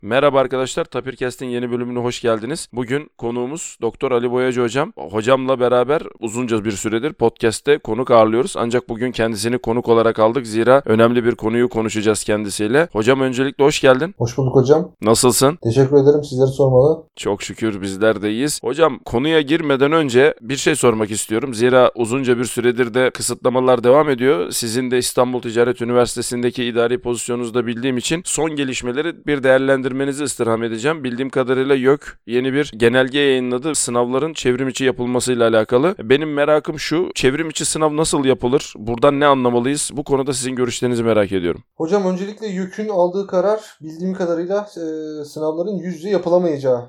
Merhaba arkadaşlar, Tapirkest'in yeni bölümüne hoş geldiniz. Bugün konuğumuz Doktor Ali Boyacı hocam. Hocamla beraber uzunca bir süredir podcast'te konuk ağırlıyoruz. Ancak bugün kendisini konuk olarak aldık. Zira önemli bir konuyu konuşacağız kendisiyle. Hocam öncelikle hoş geldin. Hoş bulduk hocam. Nasılsın? Teşekkür ederim. Sizleri sormalı. Çok şükür bizler de iyiyiz. Hocam konuya girmeden önce bir şey sormak istiyorum. Zira uzunca bir süredir de kısıtlamalar devam ediyor. Sizin de İstanbul Ticaret Üniversitesi'ndeki idari pozisyonunuzda bildiğim için son gelişmeleri bir değerlendirmenizi istirham edeceğim. Bildiğim kadarıyla YÖK yeni bir genelge yayınladı. Sınavların çevrim içi yapılmasıyla alakalı. Benim merakım şu, çevrim içi sınav nasıl yapılır? Buradan ne anlamalıyız? Bu konuda sizin görüşlerinizi merak ediyorum. Hocam öncelikle YÖK'ün aldığı karar bildiğim kadarıyla sınavların yüz yüze yapılamayacağı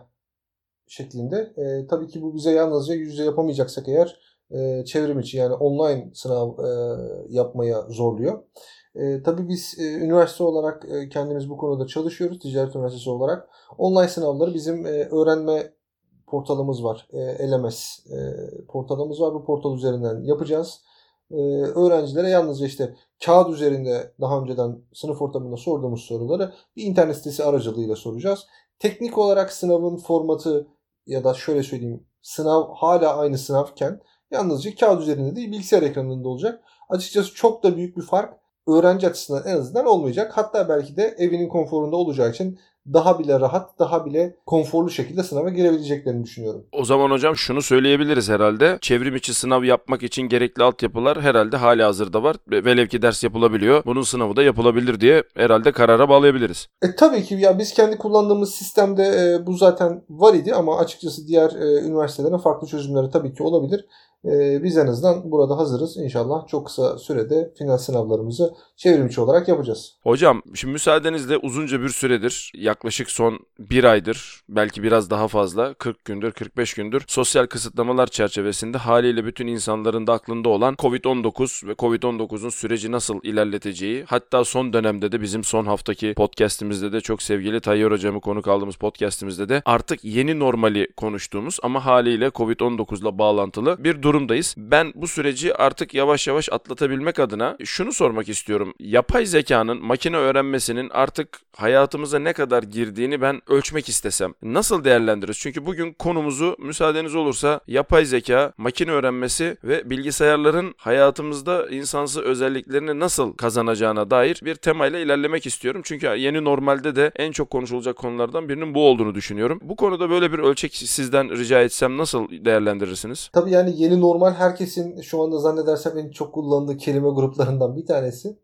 şeklinde. Tabii ki bu bize yalnızca yüz yüze yapamayacaksak eğer çevrim içi yani online sınav yapmaya zorluyor. Tabii biz üniversite olarak kendimiz bu konuda çalışıyoruz. Ticaret Üniversitesi olarak. Online sınavları bizim öğrenme portalımız var. LMS portalımız var. Bu portal üzerinden yapacağız. Öğrencilere yalnızca işte kağıt üzerinde daha önceden sınıf ortamında sorduğumuz soruları bir internet sitesi aracılığıyla soracağız. Teknik olarak sınavın formatı ya da şöyle söyleyeyim, sınav hala aynı sınavken yalnızca kağıt üzerinde değil bilgisayar ekranında olacak. Açıkçası çok da büyük bir fark öğrenci açısından en azından olmayacak. Hatta belki de evinin konforunda olacağı için daha bile rahat, daha bile konforlu şekilde sınava girebileceklerini düşünüyorum. O zaman hocam şunu söyleyebiliriz herhalde. Çevrim içi sınav yapmak için gerekli altyapılar herhalde halihazırda var. Velev ki ders yapılabiliyor. Bunun sınavı da yapılabilir diye herhalde karara bağlayabiliriz. Tabii ki ya biz kendi kullandığımız sistemde bu zaten var idi ama açıkçası diğer üniversitelerin farklı çözümleri tabii ki olabilir. Biz en azından burada hazırız. İnşallah çok kısa sürede final sınavlarımızı çevrimiçi olarak yapacağız. Hocam şimdi müsaadenizle uzunca bir süredir yaklaşık son bir aydır belki biraz daha fazla 40 gündür 45 gündür sosyal kısıtlamalar çerçevesinde haliyle bütün insanların da aklında olan Covid-19 ve Covid-19'un süreci nasıl ilerleteceği, hatta son dönemde de bizim son haftaki podcastimizde de çok sevgili Tayyar hocamı konuk aldığımız podcastimizde de artık yeni normali konuştuğumuz ama haliyle Covid-19 ile bağlantılı bir durumdayız. Ben bu süreci artık yavaş yavaş atlatabilmek adına şunu sormak istiyorum. Yapay zekanın, makine öğrenmesinin artık hayatımıza ne kadar girdiğini ben ölçmek istesem nasıl değerlendiririz? Çünkü bugün konumuzu müsaadeniz olursa yapay zeka, makine öğrenmesi ve bilgisayarların hayatımızda insansı özelliklerini nasıl kazanacağına dair bir temayla ilerlemek istiyorum. Çünkü yeni normalde de en çok konuşulacak konulardan birinin bu olduğunu düşünüyorum. Bu konuda böyle bir ölçek sizden rica etsem nasıl değerlendirirsiniz? Tabii yani yeni normal herkesin şu anda zannedersem en çok kullandığı kelime gruplarından bir tanesi.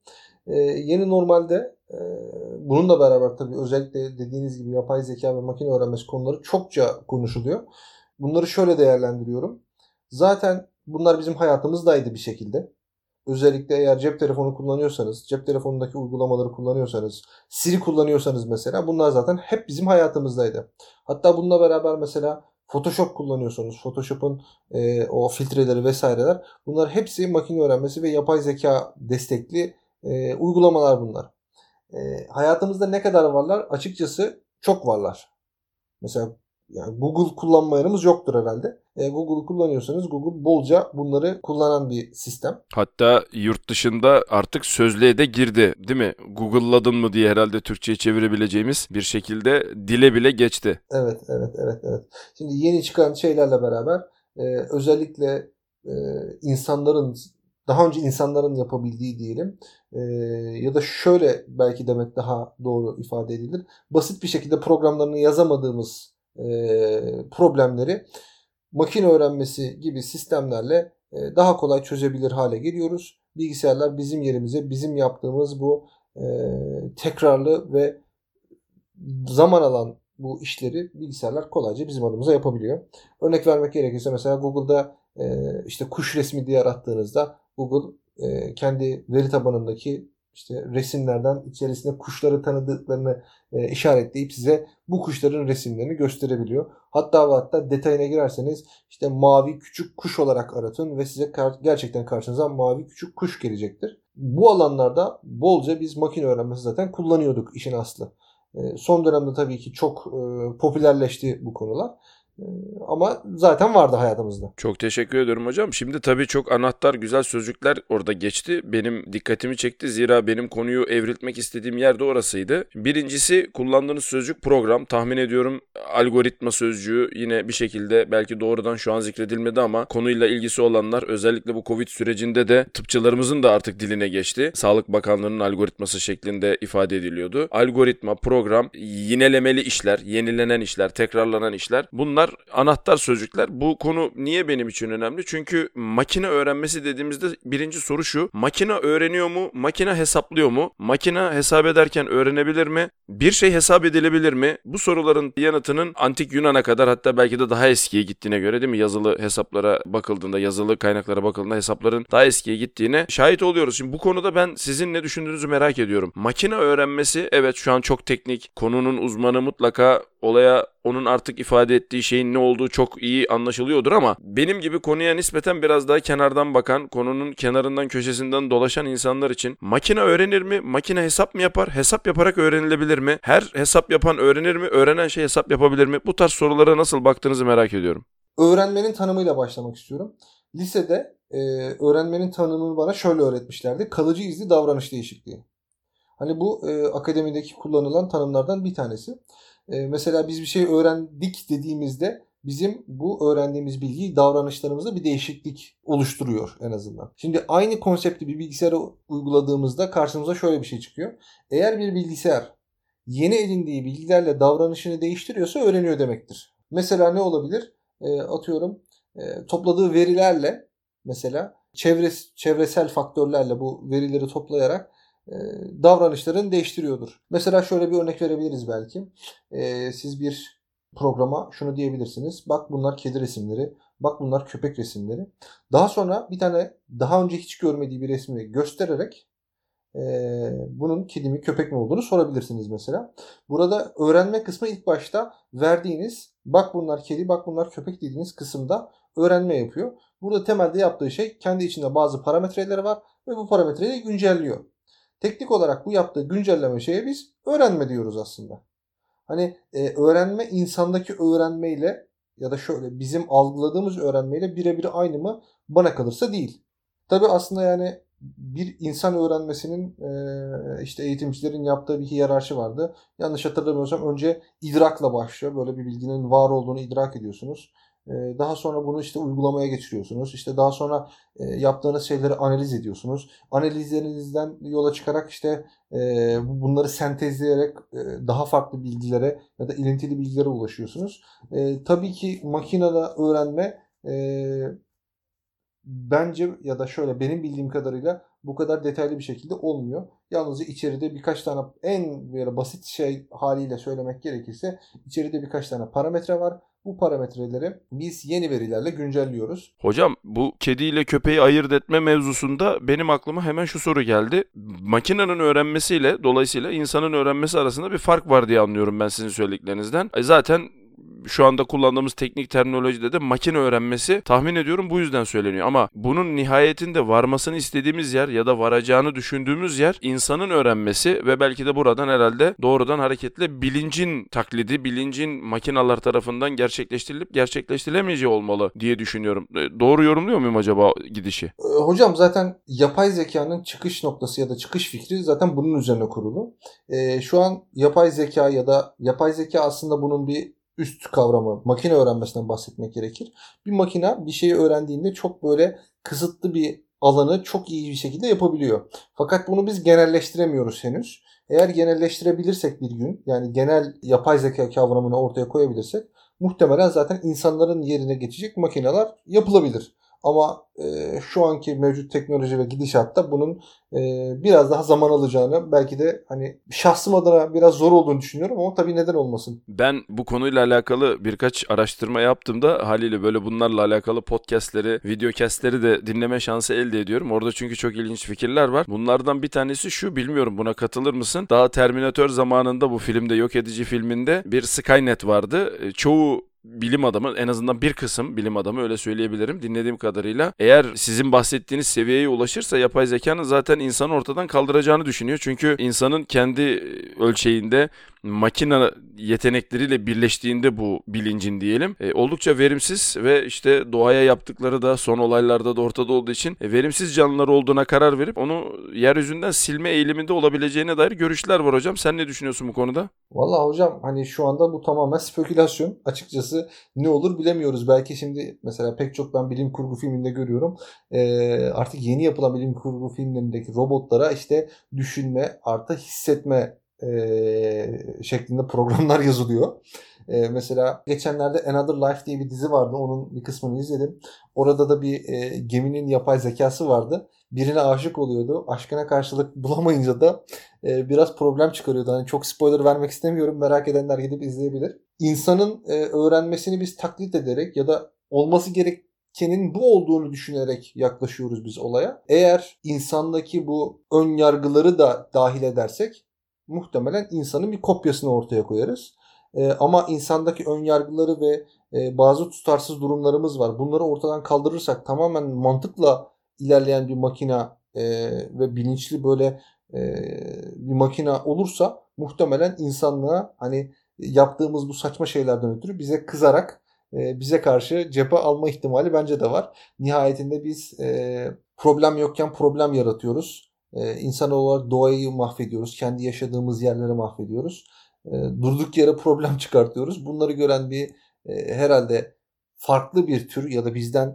Yeni normalde bununla beraber tabii özellikle dediğiniz gibi yapay zeka ve makine öğrenmesi konuları çokça konuşuluyor. Bunları şöyle değerlendiriyorum. Zaten bunlar bizim hayatımızdaydı bir şekilde. Özellikle eğer cep telefonu kullanıyorsanız, cep telefonundaki uygulamaları kullanıyorsanız, Siri kullanıyorsanız mesela bunlar zaten hep bizim hayatımızdaydı. Hatta bununla beraber mesela Photoshop kullanıyorsanız, Photoshop'un o filtreleri vesaireler bunlar hepsi makine öğrenmesi ve yapay zeka destekli uygulamalar bunlar. Hayatımızda ne kadar varlar? Açıkçası çok varlar. Mesela yani Google kullanmayanımız yoktur herhalde. Google kullanıyorsanız Google bolca bunları kullanan bir sistem. Hatta yurt dışında artık sözlüğe de girdi, değil mi? Google'ladın mı diye herhalde Türkçe'ye çevirebileceğimiz bir şekilde dile bile geçti. Evet, evet, evet, evet. Şimdi yeni çıkan şeylerle beraber özellikle e, insanların daha önce insanların yapabildiği diyelim ya da şöyle belki demek daha doğru ifade edilir. Basit bir şekilde programlarını yazamadığımız problemleri makine öğrenmesi gibi sistemlerle daha kolay çözebilir hale geliyoruz. Bilgisayarlar bizim yerimize bizim yaptığımız bu tekrarlı ve zaman alan bu işleri bilgisayarlar kolayca bizim adımıza yapabiliyor. Örnek vermek gerekirse mesela Google'da işte kuş resmi diye arattığınızda Google kendi veri tabanındaki işte resimlerden içerisinde kuşları tanıdıklarını işaretleyip size bu kuşların resimlerini gösterebiliyor. Hatta ve hatta detayına girerseniz işte mavi küçük kuş olarak aratın ve size gerçekten karşınıza mavi küçük kuş gelecektir. Bu alanlarda bolca biz makine öğrenmesi zaten kullanıyorduk işin aslı. Son dönemde tabii ki çok popülerleşti bu konular. Ama zaten vardı hayatımızda. Çok teşekkür ediyorum hocam. Şimdi tabii çok anahtar güzel sözcükler orada geçti. Benim dikkatimi çekti. Zira benim konuyu evriltmek istediğim yer de orasıydı. Birincisi kullandığınız sözcük program. Tahmin ediyorum algoritma sözcüğü yine bir şekilde belki doğrudan şu an zikredilmedi ama konuyla ilgisi olanlar özellikle bu Covid sürecinde de tıpçılarımızın da artık diline geçti. Sağlık Bakanlığı'nın algoritması şeklinde ifade ediliyordu. Algoritma, program, yinelemeli işler, yenilenen işler, tekrarlanan işler bunlar anahtar sözcükler. Bu konu niye benim için önemli? Çünkü makine öğrenmesi dediğimizde birinci soru şu. Makine öğreniyor mu? Makine hesaplıyor mu? Makine hesap ederken öğrenebilir mi? Bir şey hesap edilebilir mi? Bu soruların yanıtının antik Yunan'a kadar hatta belki de daha eskiye gittiğine göre değil mi? Yazılı hesaplara bakıldığında, yazılı kaynaklara bakıldığında hesapların daha eskiye gittiğine şahit oluyoruz. Şimdi bu konuda ben sizin ne düşündüğünüzü merak ediyorum. Makine öğrenmesi evet şu an çok teknik. Konunun uzmanı mutlaka olaya onun artık ifade ettiği şeyin ne olduğu çok iyi anlaşılıyordur ama benim gibi konuya nispeten biraz daha kenardan bakan, konunun kenarından köşesinden dolaşan insanlar için makine öğrenir mi? Makine hesap mı yapar? Hesap yaparak öğrenilebilir mi? Her hesap yapan öğrenir mi? Öğrenen şey hesap yapabilir mi? Bu tarz sorulara nasıl baktığınızı merak ediyorum. Öğrenmenin tanımıyla başlamak istiyorum. Lisede öğrenmenin tanımını bana şöyle öğretmişlerdi. Kalıcı izli davranış değişikliği. Hani bu akademideki kullanılan tanımlardan bir tanesi. Mesela biz bir şey öğrendik dediğimizde bizim bu öğrendiğimiz bilgi davranışlarımızda bir değişiklik oluşturuyor en azından. Şimdi aynı konsepti bir bilgisayara uyguladığımızda karşımıza şöyle bir şey çıkıyor. Eğer bir bilgisayar yeni edindiği bilgilerle davranışını değiştiriyorsa öğreniyor demektir. Mesela ne olabilir? Atıyorum topladığı verilerle mesela çevresel faktörlerle bu verileri toplayarak davranışlarını değiştiriyordur. Mesela şöyle bir örnek verebiliriz belki. Siz bir programa şunu diyebilirsiniz. Bak bunlar kedi resimleri. Bak bunlar köpek resimleri. Daha sonra bir tane daha önce hiç görmediği bir resmi göstererek bunun kedi mi köpek mi olduğunu sorabilirsiniz mesela. Burada öğrenme kısmı ilk başta verdiğiniz bak bunlar kedi bak bunlar köpek dediğiniz kısımda öğrenme yapıyor. Burada temelde yaptığı şey kendi içinde bazı parametreleri var ve bu parametreleri güncelliyor. Teknik olarak bu yaptığı güncelleme şeye biz öğrenme diyoruz aslında. Hani öğrenme insandaki öğrenmeyle ya da şöyle bizim algıladığımız öğrenmeyle birebir aynı mı? Bana kalırsa değil. Tabii aslında yani bir insan öğrenmesinin işte eğitimcilerin yaptığı bir hiyerarşi vardı. Yanlış hatırlamıyorsam önce idrakla başlıyor. Böyle bir bilginin var olduğunu idrak ediyorsunuz. Daha sonra bunu işte uygulamaya geçiriyorsunuz. İşte daha sonra yaptığınız şeyleri analiz ediyorsunuz. Analizlerinizden yola çıkarak işte bunları sentezleyerek daha farklı bilgilere ya da ilintili bilgilere ulaşıyorsunuz. Tabii ki makinede öğrenme bence ya da şöyle benim bildiğim kadarıyla bu kadar detaylı bir şekilde olmuyor. Yalnızca içeride birkaç tane en böyle basit şey haliyle söylemek gerekirse içeride birkaç tane parametre var. Bu parametreleri biz yeni verilerle güncelliyoruz. Hocam bu kediyle köpeği ayırt etme mevzusunda benim aklıma hemen şu soru geldi. Makinenin öğrenmesiyle dolayısıyla insanın öğrenmesi arasında bir fark var diye anlıyorum ben sizin söylediklerinizden. Zaten şu anda kullandığımız teknik terminolojide de makine öğrenmesi tahmin ediyorum bu yüzden söyleniyor. Ama bunun nihayetinde varmasını istediğimiz yer ya da varacağını düşündüğümüz yer insanın öğrenmesi ve belki de buradan herhalde doğrudan hareketle bilincin taklidi, bilincin makineler tarafından gerçekleştirilip gerçekleştirilemeyeceği olmalı diye düşünüyorum. Doğru yorumluyor muyum acaba gidişi? Hocam zaten yapay zekanın çıkış noktası ya da çıkış fikri zaten bunun üzerine kurulu. Şu an yapay zeka ya da yapay zeka aslında bunun bir üst kavramı, makine öğrenmesinden bahsetmek gerekir. Bir makine bir şeyi öğrendiğinde çok böyle kısıtlı bir alanı çok iyi bir şekilde yapabiliyor. Fakat bunu biz genelleştiremiyoruz henüz. Eğer genelleştirebilirsek bir gün, yani genel yapay zeka kavramını ortaya koyabilirsek, muhtemelen zaten insanların yerine geçecek makineler yapılabilir. Ama şu anki mevcut teknoloji ve gidişatta bunun biraz daha zaman alacağını, belki de hani şahsım adına biraz zor olduğunu düşünüyorum ama tabii neden olmasın. Ben bu konuyla alakalı birkaç araştırma yaptığımda haliyle böyle bunlarla alakalı podcastleri, videocastleri de dinleme şansı elde ediyorum. Orada çünkü çok ilginç fikirler var. Bunlardan bir tanesi şu, bilmiyorum buna katılır mısın? Daha Terminator zamanında bu filmde, Yok Edici filminde bir Skynet vardı. Çoğu bilim adamı, en azından bir kısım bilim adamı öyle söyleyebilirim dinlediğim kadarıyla, eğer sizin bahsettiğiniz seviyeye ulaşırsa yapay zekanın zaten insanı ortadan kaldıracağını düşünüyor. Çünkü insanın kendi ölçeğinde makine yetenekleriyle birleştiğinde bu bilincin diyelim oldukça verimsiz ve işte doğaya yaptıkları da son olaylarda da ortada olduğu için verimsiz canlılar olduğuna karar verip onu yeryüzünden silme eğiliminde olabileceğine dair görüşler var hocam. Sen ne düşünüyorsun bu konuda? Vallahi hocam hani şu anda bu tamamen spekülasyon. Açıkçası ne olur bilemiyoruz. Belki şimdi mesela pek çok ben bilim kurgu filminde görüyorum. Artık yeni yapılan bilim kurgu filmlerindeki robotlara işte düşünme artı hissetme şeklinde programlar yazılıyor. Mesela geçenlerde Another Life diye bir dizi vardı. Onun bir kısmını izledim. Orada da bir geminin yapay zekası vardı. Birine aşık oluyordu. Aşkına karşılık bulamayınca da biraz problem çıkarıyordu. Hani çok spoiler vermek istemiyorum. Merak edenler gidip izleyebilir. İnsanın öğrenmesini biz taklit ederek ya da olması gerekenin bu olduğunu düşünerek yaklaşıyoruz biz olaya. Eğer insandaki bu ön yargıları da dahil edersek muhtemelen insanın bir kopyasını ortaya koyarız. Ama insandaki ön yargıları ve bazı tutarsız durumlarımız var. Bunları ortadan kaldırırsak tamamen mantıkla ilerleyen bir makina ve bilinçli böyle bir makina olursa muhtemelen insanlığa hani yaptığımız bu saçma şeylerden ötürü bize kızarak bize karşı cephe alma ihtimali bence de var. Nihayetinde biz problem yokken problem yaratıyoruz. İnsan olarak doğayı mahvediyoruz. Kendi yaşadığımız yerleri mahvediyoruz. Durduk yere problem çıkartıyoruz. Bunları gören bir herhalde farklı bir tür ya da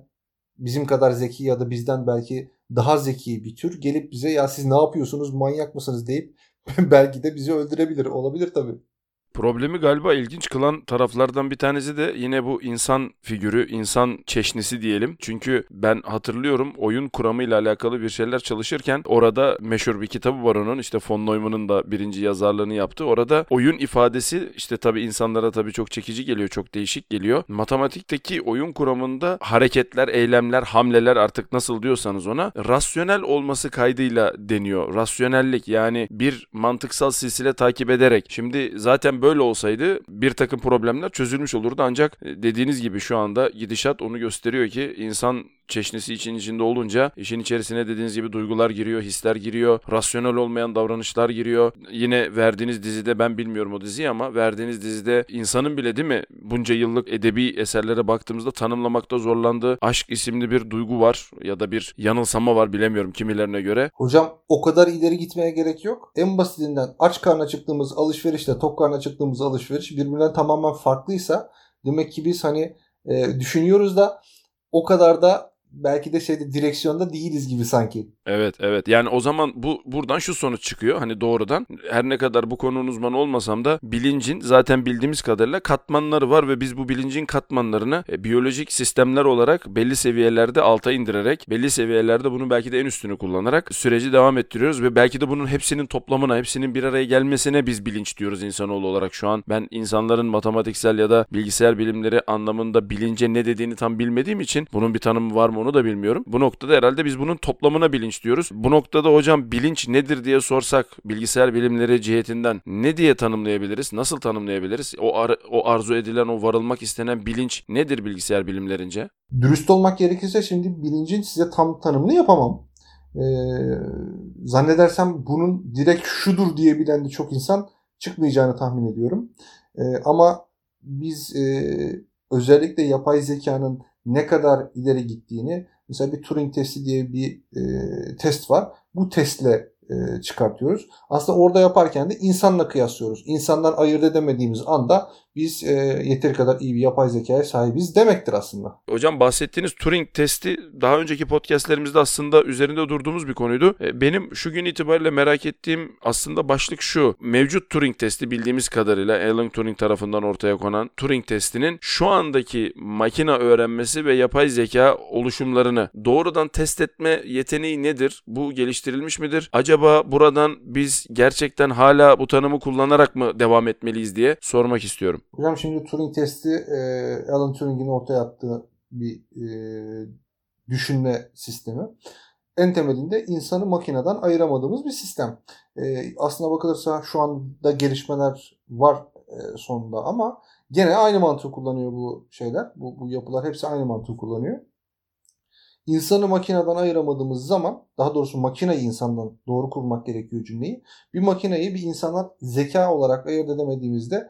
bizim kadar zeki ya da bizden belki daha zeki bir tür gelip bize ya siz ne yapıyorsunuz manyak mısınız deyip belki de bizi öldürebilir. Olabilir tabii. Problemi galiba ilginç kılan taraflardan bir tanesi de yine bu insan figürü, insan çeşnisi diyelim. Çünkü ben hatırlıyorum oyun kuramıyla alakalı bir şeyler çalışırken orada meşhur bir kitabı var onun. İşte von Neumann'ın da birinci yazarlığını yaptı. Orada oyun ifadesi işte tabii insanlara tabii çok çekici geliyor, çok değişik geliyor. Matematikteki oyun kuramında hareketler, eylemler, hamleler artık nasıl diyorsanız ona rasyonel olması kaydıyla deniyor. Rasyonellik yani bir mantıksal silsile takip ederek. Şimdi zaten böyle olsaydı bir takım problemler çözülmüş olurdu ancak dediğiniz gibi şu anda gidişat onu gösteriyor ki insan çeşnisi içinde olunca işin içerisine dediğiniz gibi duygular giriyor, hisler giriyor, rasyonel olmayan davranışlar giriyor. Yine verdiğiniz dizide ben bilmiyorum o diziyi ama verdiğiniz dizide insanın bile değil mi bunca yıllık edebi eserlere baktığımızda tanımlamakta zorlandığı aşk isimli bir duygu var ya da bir yanılsama var bilemiyorum kimilerine göre. Hocam o kadar ileri gitmeye gerek yok. En basitinden aç karnına çıktığımız alışverişle tok karnına çıktığımız alışveriş birbirinden tamamen farklıysa demek ki biz hani düşünüyoruz da o kadar da belki de direksiyonda değiliz gibi sanki. Evet, evet. Yani o zaman buradan şu sonuç çıkıyor. Hani doğrudan her ne kadar bu konunun uzmanı olmasam da bilincin zaten bildiğimiz kadarıyla katmanları var ve biz bu bilincin katmanlarını biyolojik sistemler olarak belli seviyelerde alta indirerek, belli seviyelerde bunu belki de en üstünü kullanarak süreci devam ettiriyoruz ve belki de bunun hepsinin toplamına, hepsinin bir araya gelmesine biz bilinç diyoruz insanoğlu olarak şu an. Ben insanların matematiksel ya da bilgisayar bilimleri anlamında bilince ne dediğini tam bilmediğim için bunun bir tanımı var mı onu da bilmiyorum. Bu noktada herhalde biz bunun toplamına bilinç diyoruz. Bu noktada hocam bilinç nedir diye sorsak bilgisayar bilimleri cihetinden ne diye tanımlayabiliriz? Nasıl tanımlayabiliriz? O arzu edilen, o varılmak istenen bilinç nedir bilgisayar bilimlerince? Dürüst olmak gerekirse şimdi bilincin size tam tanımını yapamam. Zannedersem bunun direkt şudur diyebilen de çok insan çıkmayacağını tahmin ediyorum. Ama biz özellikle yapay zekanın ne kadar ileri gittiğini mesela bir Turing testi diye bir test var. Bu testle çıkartıyoruz. Aslında orada yaparken de insanla kıyaslıyoruz. İnsandan ayırt edemediğimiz anda biz yeteri kadar iyi bir yapay zekaya sahibiz demektir aslında. Hocam bahsettiğiniz Turing testi daha önceki podcastlerimizde aslında üzerinde durduğumuz bir konuydu. Benim şu gün itibariyle merak ettiğim aslında başlık şu. Mevcut Turing testi bildiğimiz kadarıyla Alan Turing tarafından ortaya konan Turing testinin şu andaki makine öğrenmesi ve yapay zeka oluşumlarını doğrudan test etme yeteneği nedir? Bu geliştirilmiş midir? Acaba buradan biz gerçekten hala bu tanımı kullanarak mı devam etmeliyiz diye sormak istiyorum. Hocam şimdi Turing testi Alan Turing'in ortaya attığı bir düşünme sistemi. En temelinde insanı makineden ayıramadığımız bir sistem. Aslına bakılırsa şu anda gelişmeler var sonunda ama gene aynı mantığı kullanıyor bu şeyler. Bu yapılar hepsi aynı mantığı kullanıyor. İnsanı makineden ayıramadığımız zaman, daha doğrusu makineyi insandan, doğru kurmak gerekiyor cümleyi. Bir makineyi bir insandan zeka olarak ayırt edemediğimizde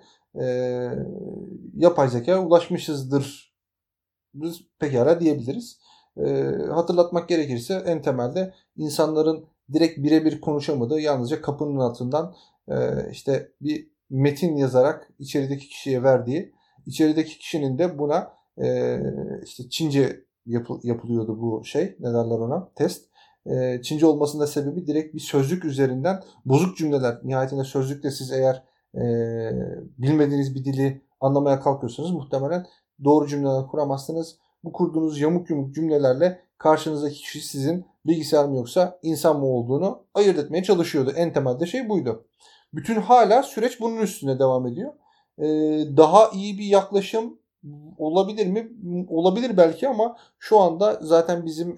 yapay zekaya ulaşmışızdır. Biz pekala diyebiliriz. Hatırlatmak gerekirse en temelde insanların direkt birebir konuşamadığı, yalnızca kapının altından işte bir metin yazarak içerideki kişiye verdiği, içerideki kişinin de buna işte Çince yapılıyordu bu şey, ne derler ona, test. Çince olmasının da sebebi direkt bir sözlük üzerinden bozuk cümleler. Nihayetinde sözlükte siz eğer bilmediğiniz bir dili anlamaya kalkıyorsanız muhtemelen doğru cümleler kuramazsınız. Bu kurduğunuz yamuk yumuk cümlelerle karşınızdaki kişi sizin bilgisayar mı yoksa insan mı olduğunu ayırt etmeye çalışıyordu. En temelde şey buydu. Bütün hala süreç bunun üstüne devam ediyor. Daha iyi bir yaklaşım olabilir mi? Olabilir belki ama şu anda zaten bizim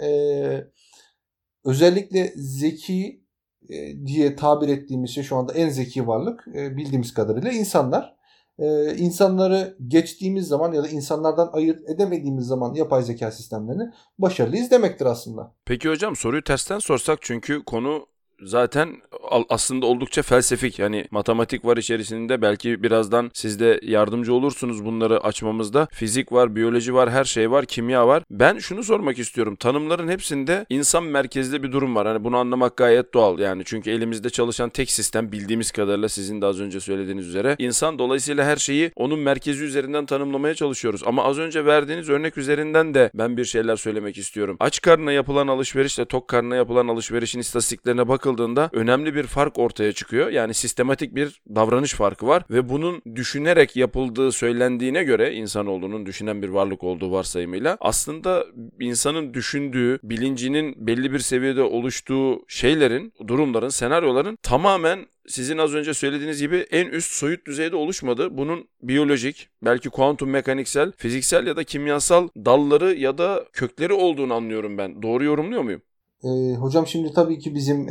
özellikle zeki diye tabir ettiğimiz şey, şu anda en zeki varlık bildiğimiz kadarıyla insanlar. İnsanları geçtiğimiz zaman ya da insanlardan ayırt edemediğimiz zaman yapay zeka sistemlerini başarılıyız demektir aslında. Peki hocam, soruyu tersten sorsak, çünkü konu zaten aslında oldukça felsefik. Yani matematik var içerisinde, belki birazdan siz de yardımcı olursunuz bunları açmamızda. Fizik var, biyoloji var, her şey var, kimya var. Ben şunu sormak istiyorum. Tanımların hepsinde insan merkezli bir durum var. Hani bunu anlamak gayet doğal. Yani çünkü elimizde çalışan tek sistem bildiğimiz kadarıyla sizin de az önce söylediğiniz üzere insan. Dolayısıyla her şeyi onun merkezi üzerinden tanımlamaya çalışıyoruz. Ama az önce verdiğiniz örnek üzerinden de ben bir şeyler söylemek istiyorum. Aç karnına yapılan alışverişle tok karnına yapılan alışverişin istatistiklerine bakıldığında önemli bir fark ortaya çıkıyor. Yani sistematik bir davranış farkı var ve bunun düşünerek yapıldığı söylendiğine göre, insanoğlunun düşünen bir varlık olduğu varsayımıyla, aslında insanın düşündüğü, bilincinin belli bir seviyede oluştuğu şeylerin, durumların, senaryoların tamamen sizin az önce söylediğiniz gibi en üst soyut düzeyde oluşmadı. Bunun biyolojik, belki kuantum mekaniksel, fiziksel ya da kimyasal dalları ya da kökleri olduğunu anlıyorum ben. Doğru yorumluyor muyum? Hocam şimdi tabii ki bizim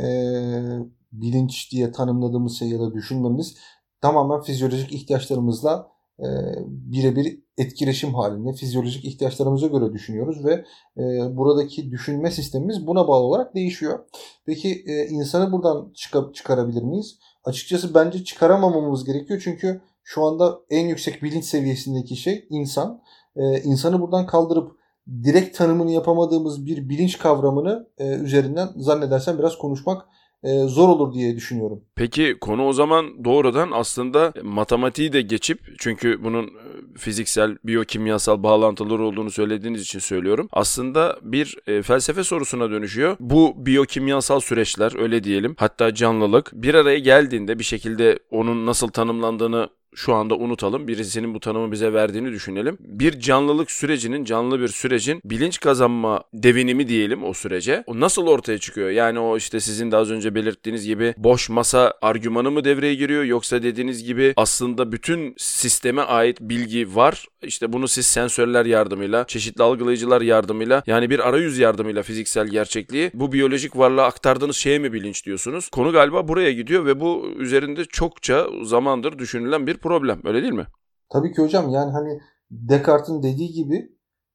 bilinç diye tanımladığımız şey ya da düşünmemiz tamamen fizyolojik ihtiyaçlarımızla birebir etkileşim halinde, fizyolojik ihtiyaçlarımıza göre düşünüyoruz ve buradaki düşünme sistemimiz buna bağlı olarak değişiyor. Peki insanı buradan çıkarabilir miyiz? Açıkçası bence çıkaramamamız gerekiyor, çünkü şu anda en yüksek bilinç seviyesindeki şey insan. İnsanı buradan kaldırıp direkt tanımını yapamadığımız bir bilinç kavramını üzerinden zannedersem biraz konuşmak zor olur diye düşünüyorum. Peki konu o zaman doğrudan aslında matematiği de geçip, çünkü bunun fiziksel, biyokimyasal bağlantıları olduğunu söylediğiniz için söylüyorum. Aslında bir felsefe sorusuna dönüşüyor. Bu biyokimyasal süreçler, öyle diyelim, hatta canlılık bir araya geldiğinde bir şekilde onun nasıl tanımlandığını şu anda unutalım. Birisinin bu tanımı bize verdiğini düşünelim. Bir canlılık sürecinin, canlı bir sürecin bilinç kazanma devinimi diyelim o sürece. O nasıl ortaya çıkıyor? Yani o işte sizin de az önce belirttiğiniz gibi boş masa argümanı mı devreye giriyor? Yoksa dediğiniz gibi aslında bütün sisteme ait bilgi var. İşte bunu siz sensörler yardımıyla, çeşitli algılayıcılar yardımıyla, yani bir arayüz yardımıyla fiziksel gerçekliği bu biyolojik varlığa aktardığınız şeye mi bilinç diyorsunuz? Konu galiba buraya gidiyor ve bu üzerinde çokça zamandır düşünülen bir problem. Öyle değil mi? Tabii ki hocam, yani hani Descartes'in dediği gibi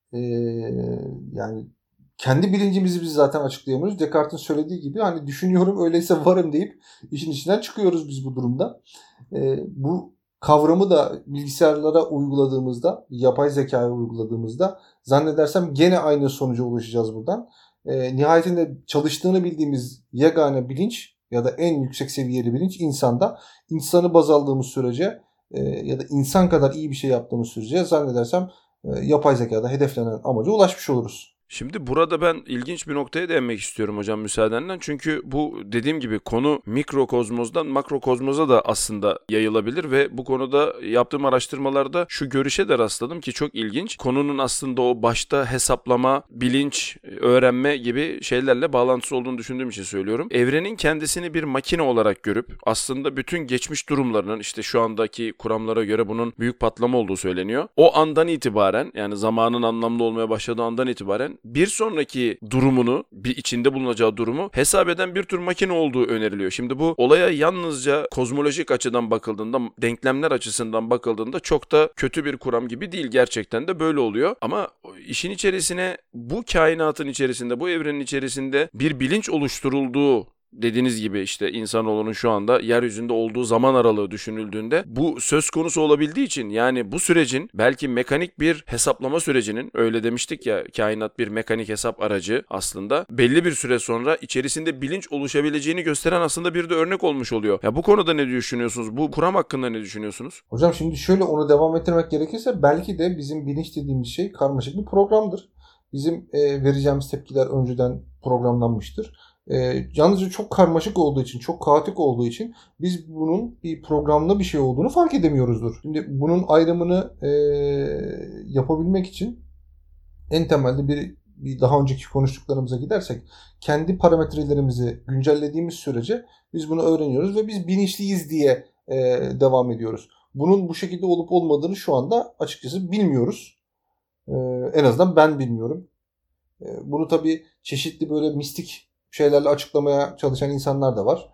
yani kendi bilincimizi biz zaten açıklayamıyoruz. Descartes'in söylediği gibi hani düşünüyorum öyleyse varım deyip işin içinden çıkıyoruz biz bu durumda. Bu kavramı da bilgisayarlara uyguladığımızda, yapay zekaya uyguladığımızda zannedersem gene aynı sonuca ulaşacağız buradan. Nihayetinde çalıştığını bildiğimiz yegane bilinç ya da en yüksek seviyeli bilinç insanda. İnsanı baz aldığımız sürece ya da insan kadar iyi bir şey yaptığımız sürece zannedersem yapay zekada hedeflenen amaca ulaşmış oluruz. Şimdi burada ben ilginç bir noktaya değinmek istiyorum hocam, müsaadenle. Çünkü bu dediğim gibi konu mikrokozmozdan makrokozmoza da aslında yayılabilir ve bu konuda yaptığım araştırmalarda şu görüşe de rastladım ki çok ilginç. Konunun aslında o başta hesaplama, bilinç, öğrenme gibi şeylerle bağlantısı olduğunu düşündüğüm için söylüyorum. Evrenin kendisini bir makine olarak görüp aslında bütün geçmiş durumlarının, işte şu andaki kuramlara göre bunun büyük patlama olduğu söyleniyor. O andan itibaren, yani zamanın anlamlı olmaya başladığı andan itibaren bir sonraki durumunu, bir içinde bulunacağı durumu hesap eden bir tür makine olduğu öneriliyor. Şimdi bu olaya yalnızca kozmolojik açıdan bakıldığında, denklemler açısından bakıldığında çok da kötü bir kuram gibi değil. Gerçekten de böyle oluyor. Ama işin içerisine, bu kainatın içerisinde, bu evrenin içerisinde bir bilinç oluşturulduğu, dediğiniz gibi işte insanoğlunun şu anda yeryüzünde olduğu zaman aralığı düşünüldüğünde bu söz konusu olabildiği için, yani bu sürecin belki mekanik bir hesaplama sürecinin, öyle demiştik ya, kainat bir mekanik hesap aracı, aslında belli bir süre sonra içerisinde bilinç oluşabileceğini gösteren aslında bir de örnek olmuş oluyor. Ya bu konuda ne düşünüyorsunuz? Bu kuram hakkında ne düşünüyorsunuz? Hocam şimdi şöyle, onu devam ettirmek gerekirse belki de bizim bilinç dediğimiz şey karmaşık bir programdır. Bizim vereceğimiz tepkiler önceden programlanmıştır. Yalnızca çok karmaşık olduğu için, çok kaotik olduğu için biz bunun bir programlı bir şey olduğunu fark edemiyoruzdur. Şimdi bunun ayrımını yapabilmek için en temelde bir daha önceki konuştuklarımıza gidersek, kendi parametrelerimizi güncellediğimiz sürece biz bunu öğreniyoruz ve biz bilinçliyiz diye devam ediyoruz. Bunun bu şekilde olup olmadığını şu anda açıkçası bilmiyoruz. En azından ben bilmiyorum. Bunu tabii çeşitli böyle mistik şeylerle açıklamaya çalışan insanlar da var.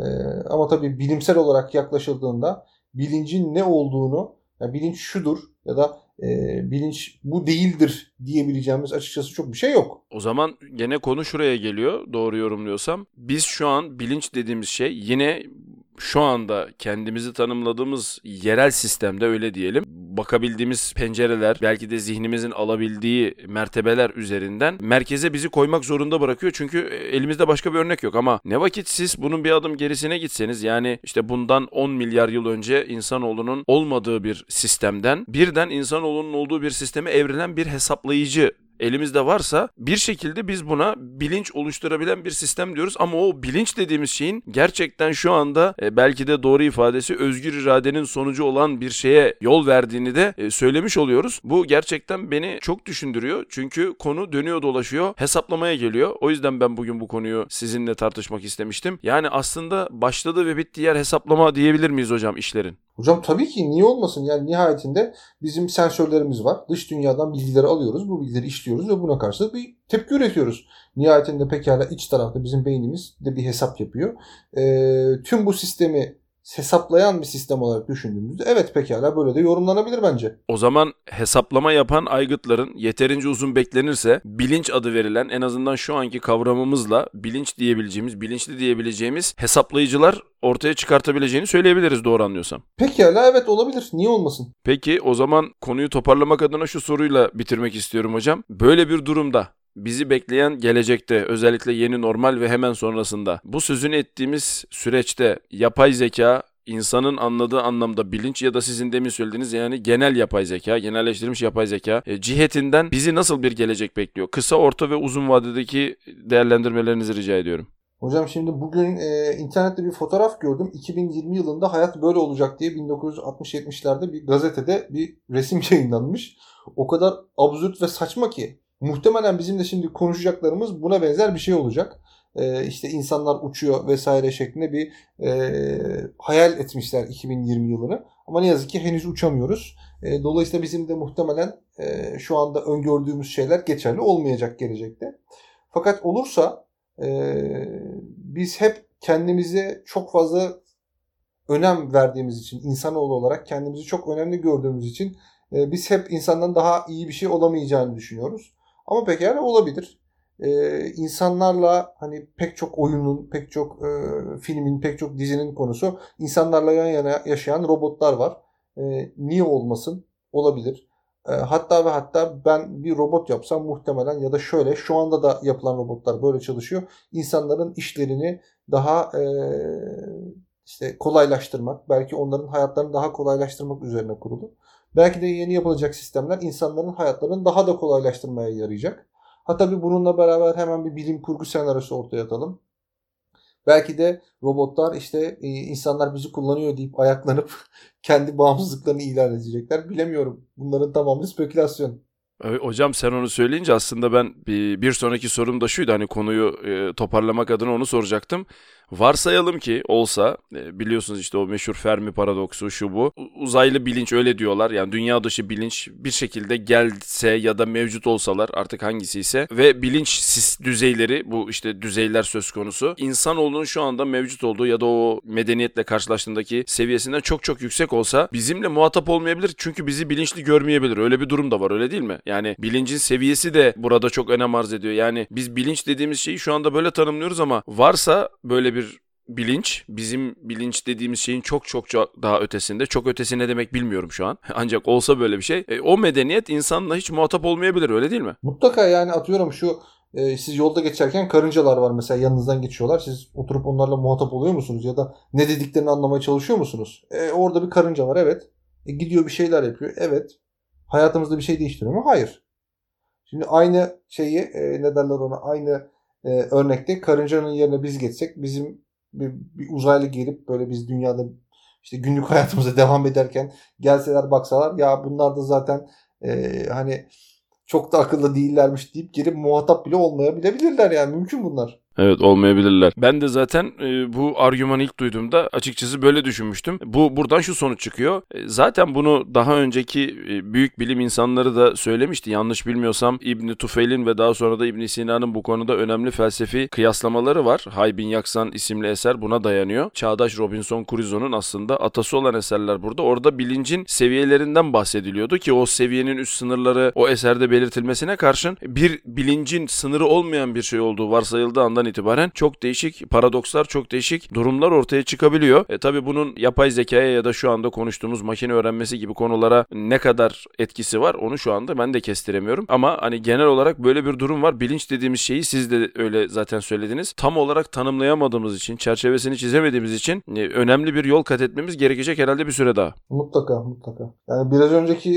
Ama tabii bilimsel olarak yaklaşıldığında bilincin ne olduğunu, yani bilinç şudur ya da bilinç bu değildir diyebileceğimiz açıkçası çok bir şey yok. O zaman gene konu şuraya geliyor, doğru yorumluyorsam. Biz şu an bilinç dediğimiz şey yine şu anda kendimizi tanımladığımız yerel sistemde, öyle diyelim, bakabildiğimiz pencereler, belki de zihnimizin alabildiği mertebeler üzerinden merkeze bizi koymak zorunda bırakıyor. Çünkü elimizde başka bir örnek yok. Ama ne vakit siz bunun bir adım gerisine gitseniz, yani işte bundan 10 milyar yıl önce insanoğlunun olmadığı bir sistemden birden insanoğlunun olduğu bir sisteme evrilen bir hesaplayıcı elimizde varsa, bir şekilde biz buna bilinç oluşturabilen bir sistem diyoruz. Ama o bilinç dediğimiz şeyin gerçekten şu anda belki de doğru ifadesi özgür iradenin sonucu olan bir şeye yol verdiğini de söylemiş oluyoruz. Bu gerçekten beni çok düşündürüyor. Çünkü konu dönüyor dolaşıyor, hesaplamaya geliyor. O yüzden ben bugün bu konuyu sizinle tartışmak istemiştim. Yani aslında başladığı ve bittiği yer hesaplama diyebilir miyiz hocam işlerin? Hocam tabii ki, niye olmasın? Yani nihayetinde bizim sensörlerimiz var. Dış dünyadan bilgileri alıyoruz. Bu bilgileri işliyoruz ve buna karşılık bir tepki üretiyoruz. Nihayetinde pekala iç tarafta bizim beynimiz de bir hesap yapıyor. Tüm bu sistemi hesaplayan bir sistem olarak düşündüğümüzde evet, pekala böyle de yorumlanabilir bence. O zaman hesaplama yapan aygıtların yeterince uzun beklenirse bilinç adı verilen, en azından şu anki kavramımızla bilinç diyebileceğimiz, bilinçli diyebileceğimiz hesaplayıcılar ortaya çıkartabileceğini söyleyebiliriz, doğru anlıyorsam. Pekala evet, olabilir. Niye olmasın? Peki o zaman konuyu toparlamak adına şu soruyla bitirmek istiyorum hocam. Böyle bir durumda bizi bekleyen gelecekte, özellikle yeni normal ve hemen sonrasında, bu sözünü ettiğimiz süreçte yapay zeka, insanın anladığı anlamda bilinç ya da sizin demin söylediğiniz yani genel yapay zeka, genelleştirilmiş yapay zeka cihetinden bizi nasıl bir gelecek bekliyor? Kısa, orta ve uzun vadedeki değerlendirmelerinizi rica ediyorum. Hocam şimdi bugün internette bir fotoğraf gördüm. 2020 yılında hayat böyle olacak diye 1960-70'lerde bir gazetede bir resim yayınlanmış. O kadar absürt ve saçma ki. Muhtemelen bizim de şimdi konuşacaklarımız buna benzer bir şey olacak. İşte insanlar uçuyor vesaire şeklinde bir hayal etmişler 2020 yılını. Ama ne yazık ki henüz uçamıyoruz. Dolayısıyla bizim de muhtemelen şu anda öngördüğümüz şeyler geçerli olmayacak gelecekte. Fakat olursa biz hep kendimize çok fazla önem verdiğimiz için, insanoğlu olarak kendimizi çok önemli gördüğümüz için biz hep insandan daha iyi bir şey olamayacağını düşünüyoruz. Ama pekala olabilir. İnsanlarla hani pek çok oyunun, pek çok filmin, pek çok dizinin konusu insanlarla yan yana yaşayan robotlar var. Niye olmasın? Olabilir. Hatta ve hatta ben bir robot yapsam muhtemelen, ya da şöyle, şu anda da yapılan robotlar böyle çalışıyor. İnsanların işlerini daha işte kolaylaştırmak, belki onların hayatlarını daha kolaylaştırmak üzerine kurulu. Belki de yeni yapılacak sistemler insanların hayatlarını daha da kolaylaştırmaya yarayacak. Ha tabii bununla beraber hemen bir bilim kurgu senaryosu ortaya atalım. Belki de robotlar işte insanlar bizi kullanıyor deyip ayaklanıp kendi bağımsızlıklarını ilan edecekler. Bilemiyorum. Bunların tamamı spekülasyon. Hocam sen onu söyleyince aslında ben bir sonraki sorum da şuydu, hani konuyu toparlamak adına onu soracaktım. Varsayalım ki olsa, biliyorsunuz işte o meşhur Fermi paradoksu, şu bu. Uzaylı bilinç öyle diyorlar. Yani dünya dışı bilinç bir şekilde gelse ya da mevcut olsalar, artık hangisi ise, ve bilinç düzeyleri, bu işte düzeyler söz konusu, İnsanoğlunun şu anda mevcut olduğu ya da o medeniyetle karşılaştığındaki seviyesinden çok çok yüksek olsa bizimle muhatap olmayabilir. Çünkü bizi bilinçli görmeyebilir. Öyle bir durum da var, öyle değil mi? Yani bilincin seviyesi de burada çok önem arz ediyor. Yani biz bilinç dediğimiz şeyi şu anda böyle tanımlıyoruz ama varsa böyle bir bilinç, bizim bilinç dediğimiz şeyin çok çok çok daha ötesinde. Çok ötesi ne demek bilmiyorum şu an. Ancak olsa böyle bir şey, o medeniyet insanla hiç muhatap olmayabilir, öyle değil mi? Mutlaka, yani atıyorum şu siz yolda geçerken karıncalar var mesela, yanınızdan geçiyorlar. Siz oturup onlarla muhatap oluyor musunuz? Ya da ne dediklerini anlamaya çalışıyor musunuz? Orada bir karınca var, evet. Gidiyor bir şeyler yapıyor, evet. Hayatımızda bir şey değiştiriyor mu? Hayır. Şimdi aynı şeyi ne derler ona, aynı örnekte karıncanın yerine biz geçsek, bizim bir uzaylı gelip böyle biz dünyada işte günlük hayatımıza devam ederken gelseler baksalar, ya bunlar da zaten hani çok da akıllı değillermiş deyip gelip muhatap bile olmayabilirler, yani mümkün bunlar. Evet, olmayabilirler. Ben de zaten bu argümanı ilk duyduğumda açıkçası böyle düşünmüştüm. Buradan şu sonuç çıkıyor. Zaten bunu daha önceki büyük bilim insanları da söylemişti. Yanlış bilmiyorsam İbn Tufeil'in ve daha sonra da İbn Sina'nın bu konuda önemli felsefi kıyaslamaları var. Hay bin Yaksan isimli eser buna dayanıyor. Çağdaş Robinson Crusoe'nun aslında atası olan eserler burada. Orada bilincin seviyelerinden bahsediliyordu ki o seviyenin üst sınırları o eserde belirtilmesine karşın bir bilincin sınırı olmayan bir şey olduğu varsayıldığı andan itibaren çok değişik paradokslar, çok değişik durumlar ortaya çıkabiliyor. Tabii bunun yapay zekaya ya da şu anda konuştuğumuz makine öğrenmesi gibi konulara ne kadar etkisi var onu şu anda ben de kestiremiyorum. Ama hani genel olarak böyle bir durum var. Bilinç dediğimiz şeyi siz de öyle zaten söylediniz. Tam olarak tanımlayamadığımız için, çerçevesini çizemediğimiz için önemli bir yol kat etmemiz gerekecek herhalde bir süre daha. Mutlaka, mutlaka. Yani biraz önceki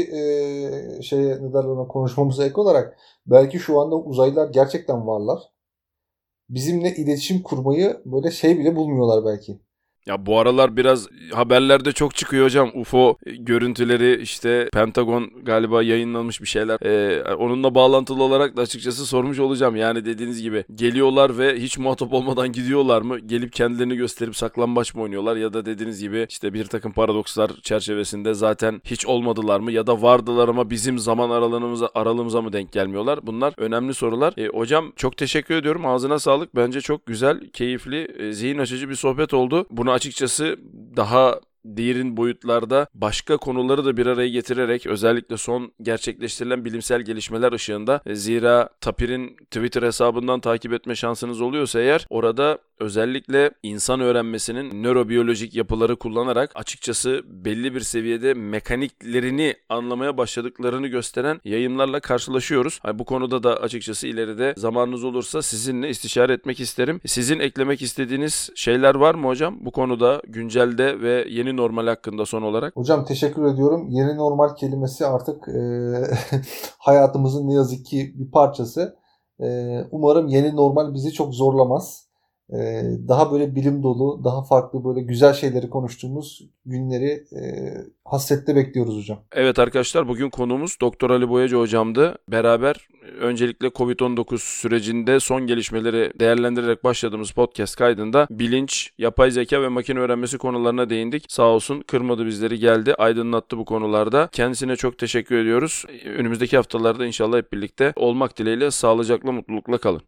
şeye ne derler ona, konuşmamıza ek olarak belki şu anda uzaylılar gerçekten varlar. Bizimle iletişim kurmayı böyle şey bile bulmuyorlar belki. Ya bu aralar biraz haberlerde çok çıkıyor hocam. UFO görüntüleri, işte Pentagon galiba yayınlamış bir şeyler. Onunla bağlantılı olarak da açıkçası sormuş olacağım. Yani dediğiniz gibi geliyorlar ve hiç muhatap olmadan gidiyorlar mı? Gelip kendilerini gösterip saklambaç mı oynuyorlar? Ya da dediğiniz gibi işte bir takım paradokslar çerçevesinde zaten hiç olmadılar mı? Ya da vardılar ama bizim zaman aralığımıza mı denk gelmiyorlar? Bunlar önemli sorular. Hocam çok teşekkür ediyorum. Ağzına sağlık. Bence çok güzel, keyifli, zihin açıcı bir sohbet oldu. Bunu açıkçası daha derin boyutlarda başka konuları da bir araya getirerek, özellikle son gerçekleştirilen bilimsel gelişmeler ışığında, zira Tapir'in Twitter hesabından takip etme şansınız oluyorsa eğer, orada özellikle insan öğrenmesinin nörobiyolojik yapıları kullanarak açıkçası belli bir seviyede mekaniklerini anlamaya başladıklarını gösteren yayınlarla karşılaşıyoruz. Bu konuda da açıkçası ileride zamanınız olursa sizinle istişare etmek isterim. Sizin eklemek istediğiniz şeyler var mı hocam? Bu konuda güncelde ve yeni normal hakkında son olarak. Hocam teşekkür ediyorum. Yeni normal kelimesi artık hayatımızın ne yazık ki bir parçası. Umarım yeni normal bizi çok zorlamaz. Daha böyle bilim dolu, daha farklı böyle güzel şeyleri konuştuğumuz günleri hasretle bekliyoruz hocam. Evet arkadaşlar, bugün konuğumuz Doktor Ali Boyacı hocamdı. Beraber öncelikle Covid-19 sürecinde son gelişmeleri değerlendirerek başladığımız podcast kaydında bilinç, yapay zeka ve makine öğrenmesi konularına değindik. Sağ olsun, kırmadı bizleri, geldi, aydınlattı bu konularda. Kendisine çok teşekkür ediyoruz. Önümüzdeki haftalarda inşallah hep birlikte olmak dileğiyle, sağlıcakla, mutlulukla kalın.